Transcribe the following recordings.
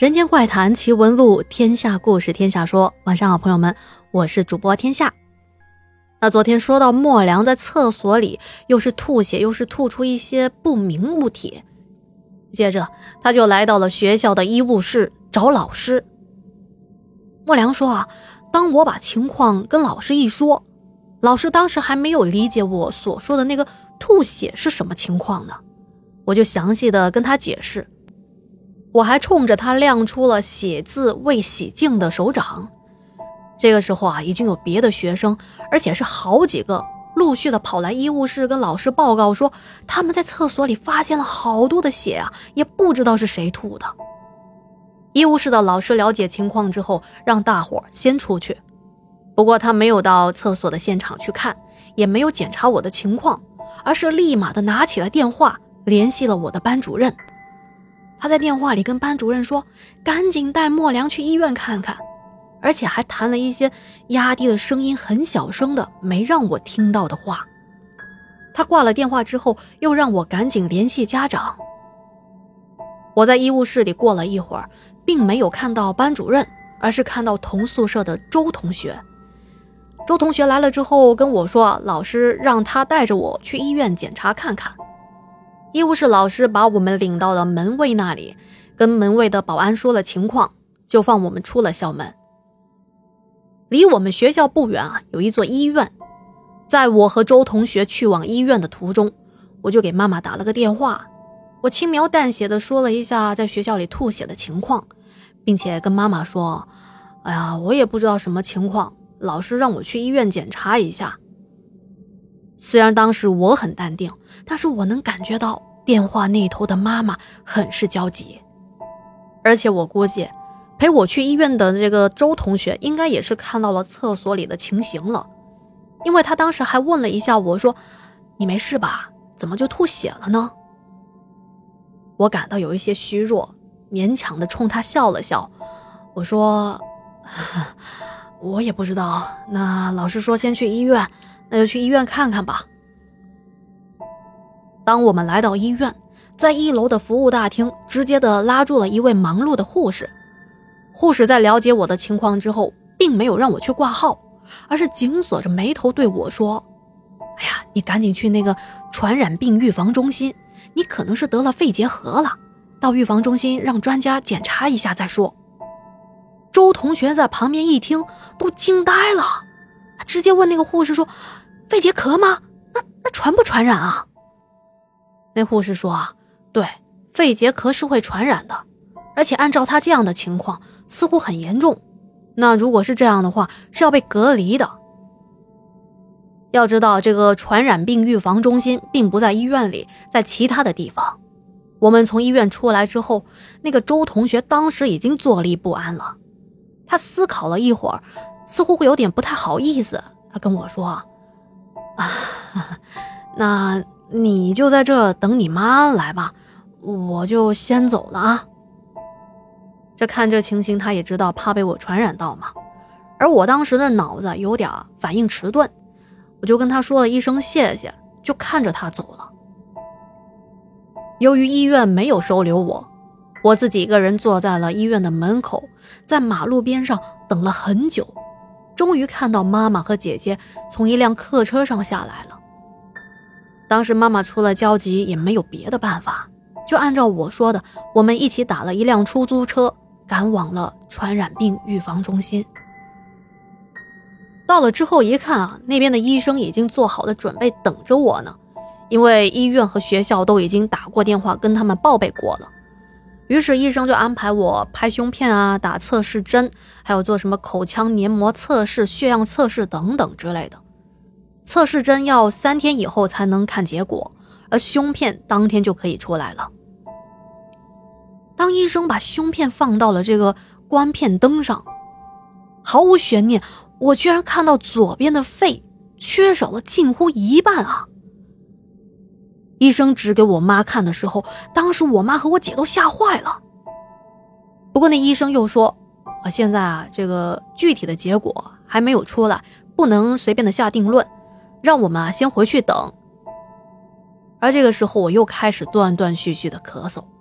人间怪谈奇闻录，天下故事天下说。晚上好朋友们，我是主播天下。那昨天说到莫良在厕所里又是吐血又是吐出一些不明物体，接着他就来到了学校的医务室找老师。莫良说当我把情况跟老师一说，老师当时还没有理解我所说的那个吐血是什么情况呢，我就详细的跟他解释。我还冲着他亮出了写字未洗净的手掌。这个时候已经有别的学生，而且是好几个，陆续的跑来医务室跟老师报告说，他们在厕所里发现了好多的血也不知道是谁吐的。医务室的老师了解情况之后，让大伙先出去。不过他没有到厕所的现场去看，也没有检查我的情况，而是立马的拿起了电话，联系了我的班主任。他在电话里跟班主任说，赶紧带莫良去医院看看，而且还谈了一些压低的声音很小声的没让我听到的话。他挂了电话之后，又让我赶紧联系家长。我在医务室里过了一会儿，并没有看到班主任，而是看到同宿舍的周同学。周同学来了之后跟我说，老师让他带着我去医院检查看看。医务室老师把我们领到了门卫那里，跟门卫的保安说了情况，就放我们出了校门。离我们学校不远有一座医院。在我和周同学去往医院的途中，我就给妈妈打了个电话，我轻描淡写的说了一下在学校里吐血的情况，并且跟妈妈说，我也不知道什么情况，老师让我去医院检查一下。虽然当时我很淡定，但是我能感觉到电话那头的妈妈很是焦急。而且我估计陪我去医院的这个周同学应该也是看到了厕所里的情形了，因为他当时还问了一下我说，你没事吧？怎么就吐血了呢？我感到有一些虚弱，勉强的冲他笑了笑。我说，我也不知道，那老师说先去医院，那就去医院看看吧。当我们来到医院，在1楼的服务大厅直接的拉住了一位忙碌的护士。护士在了解我的情况之后，并没有让我去挂号，而是紧锁着眉头对我说，你赶紧去那个传染病预防中心，你可能是得了肺结核了，到预防中心让专家检查一下再说。周同学在旁边一听都惊呆了，直接问那个护士说，肺结核吗？那传不传染啊？那护士说对，肺结核是会传染的，而且按照他这样的情况似乎很严重，那如果是这样的话是要被隔离的。要知道这个传染病预防中心并不在医院里，在其他的地方。我们从医院出来之后，那个周同学当时已经坐立不安了。他思考了一会儿，似乎会有点不太好意思，他跟我说那你就在这等你妈来吧，我就先走了啊。这看这情形，他也知道怕被我传染到嘛。而我当时的脑子有点反应迟钝，我就跟他说了一声谢谢，就看着他走了。由于医院没有收留我，我自己一个人坐在了医院的门口，在马路边上等了很久，终于看到妈妈和姐姐从一辆客车上下来了。当时妈妈除了焦急也没有别的办法，就按照我说的，我们一起打了一辆出租车，赶往了传染病预防中心。到了之后一看那边的医生已经做好了准备等着我呢，因为医院和学校都已经打过电话跟他们报备过了。于是医生就安排我拍胸片打测试针，还有做什么口腔黏膜测试、血样测试等等之类的。测试针要3天以后才能看结果，而胸片当天就可以出来了。当医生把胸片放到了这个观片灯上，毫无悬念，我居然看到左边的肺缺少了近乎一半医生指给我妈看的时候，当时我妈和我姐都吓坏了。不过那医生又说，现在这个具体的结果还没有出来，不能随便的下定论，让我们先回去等。而这个时候我又开始断断续续的咳嗽，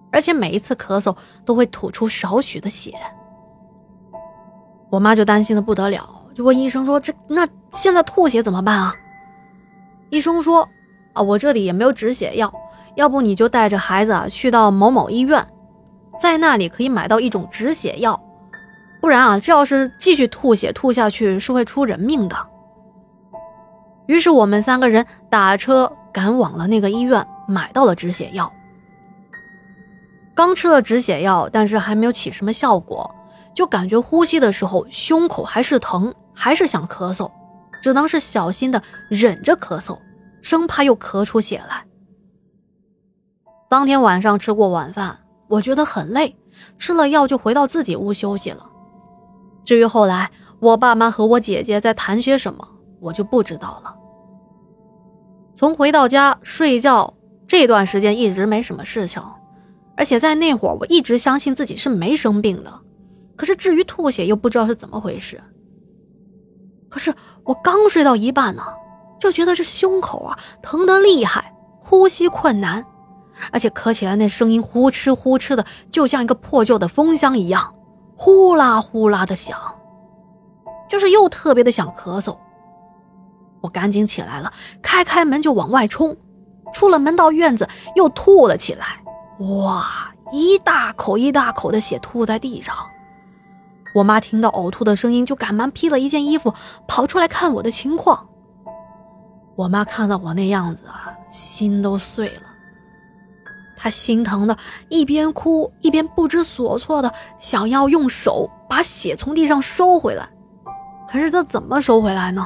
而且每一次咳嗽都会吐出少许的血。我妈就担心的不得了，就问医生说那现在吐血怎么办啊？医生说我这里也没有止血药，要不你就带着孩子去到某某医院，在那里可以买到一种止血药，不然这要是继续吐血吐下去是会出人命的。于是我们3个人打车赶往了那个医院，买到了止血药。刚吃了止血药，但是还没有起什么效果，就感觉呼吸的时候胸口还是疼，还是想咳嗽，只能是小心的忍着咳嗽，生怕又咳出血来。当天晚上吃过晚饭，我觉得很累，吃了药就回到自己屋休息了。至于后来我爸妈和我姐姐在谈些什么，我就不知道了。从回到家睡觉这段时间一直没什么事情，而且在那会儿我一直相信自己是没生病的，可是至于吐血又不知道是怎么回事。可是我刚睡到一半呢，就觉得这胸口疼得厉害，呼吸困难，而且咳起来那声音呼哧呼哧的，就像一个破旧的风箱一样，呼啦呼啦的响，就是又特别的想咳嗽。我赶紧起来了，开门就往外冲，出了门到院子又吐了起来，哇，一大口一大口的血吐在地上。我妈听到呕吐的声音就赶忙披了一件衣服跑出来看我的情况。我妈看到我那样子心都碎了，她心疼的一边哭一边不知所措的想要用手把血从地上收回来，可是这怎么收回来呢？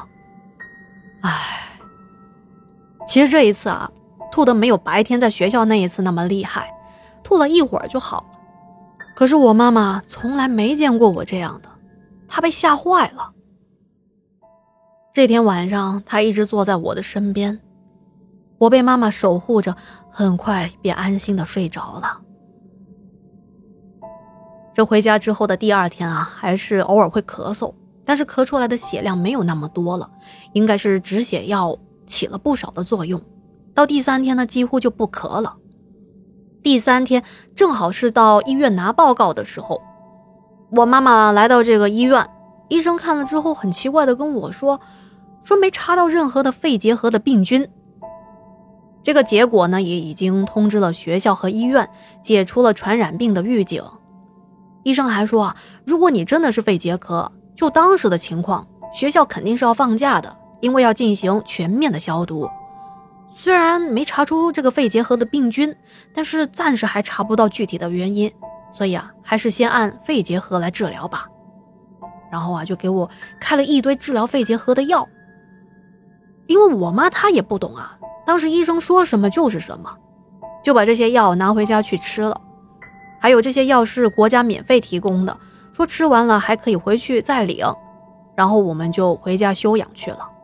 其实这一次吐的没有白天在学校那一次那么厉害，吐了一会儿就好了。可是我妈妈从来没见过我这样的，她被吓坏了。这天晚上她一直坐在我的身边，我被妈妈守护着，很快便安心的睡着了。这回家之后的第2天还是偶尔会咳嗽，但是咳出来的血量没有那么多了，应该是止血药起了不少的作用。到第3天呢，几乎就不咳了。第3天正好是到医院拿报告的时候，我妈妈来到这个医院，医生看了之后很奇怪的跟我说没查到任何的肺结核的病菌。这个结果呢，也已经通知了学校和医院，解除了传染病的预警。医生还说如果你真的是肺结核，就当时的情况，学校肯定是要放假的，因为要进行全面的消毒。虽然没查出这个肺结核的病菌，但是暂时还查不到具体的原因，所以还是先按肺结核来治疗吧。然后就给我开了一堆治疗肺结核的药。因为我妈她也不懂当时医生说什么就是什么，就把这些药拿回家去吃了。还有这些药是国家免费提供的，说吃完了还可以回去再领，然后我们就回家休养去了。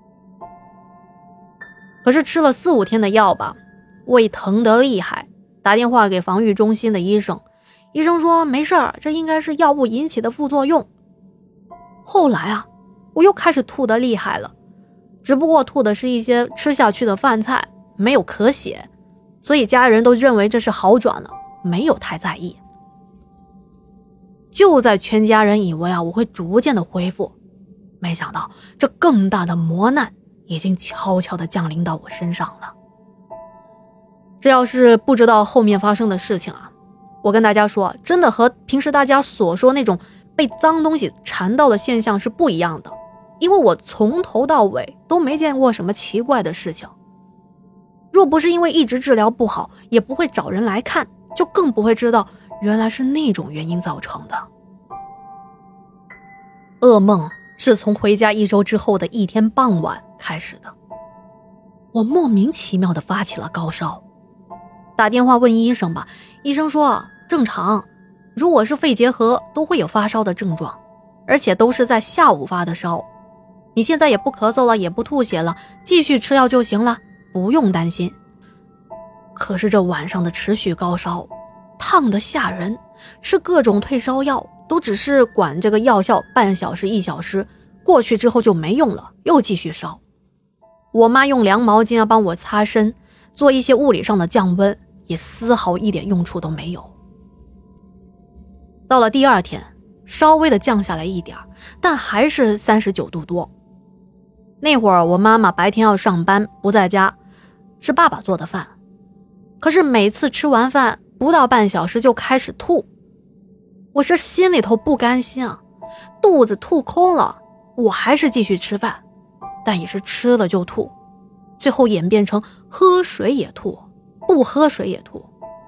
可是吃了4、5天的药吧，胃疼得厉害，打电话给防御中心的医生，医生说没事儿，这应该是药物引起的副作用。后来我又开始吐得厉害了，只不过吐的是一些吃下去的饭菜，没有咳血，所以家人都认为这是好转了，没有太在意。就在全家人以为我会逐渐的恢复，没想到这更大的磨难已经悄悄地降临到我身上了。这要是不知道后面发生的事情我跟大家说，真的和平时大家所说那种被脏东西缠到的现象是不一样的，因为我从头到尾都没见过什么奇怪的事情。若不是因为一直治疗不好，也不会找人来看，就更不会知道原来是那种原因造成的。噩梦是从回家1周之后的一天傍晚开始的。我莫名其妙地发起了高烧，打电话问医生吧，医生说正常，如果是肺结核都会有发烧的症状，而且都是在下午发的烧。你现在也不咳嗽了，也不吐血了，继续吃药就行了，不用担心。可是这晚上的持续高烧烫得吓人，吃各种退烧药都只是管这个药效半小时1小时，过去之后就没用了，又继续烧。我妈用凉毛巾帮我擦身，做一些物理上的降温， 也丝毫一点用处都没有。到了第2天，稍微的降下来一点，但还是39度多。那会儿我妈妈白天要上班不在家，是爸爸做的饭，可是每次吃完饭不到半小时就开始吐。我是心里头不甘心啊，肚子吐空了，我还是继续吃饭，但也是吃了就吐，最后演变成喝水也吐，不喝水也吐。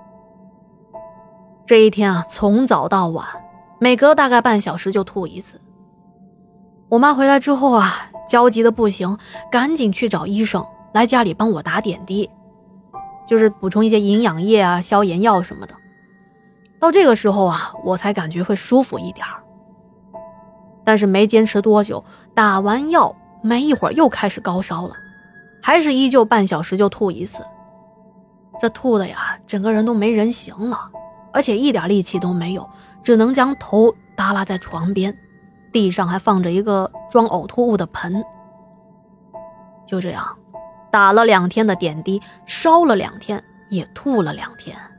这一天啊，从早到晚，每隔大概半小时就吐一次。我妈回来之后啊，焦急的不行，赶紧去找医生来家里帮我打点滴，就是补充一些营养液啊、消炎药什么的。到这个时候啊，我才感觉会舒服一点。但是没坚持多久，打完药没一会儿又开始高烧了，还是依旧半小时就吐一次。这吐的呀，整个人都没人形了，而且一点力气都没有，只能将头耷拉在床边，地上还放着一个装呕吐物的盆。就这样打了2天的点滴，烧了2天，也吐了2天。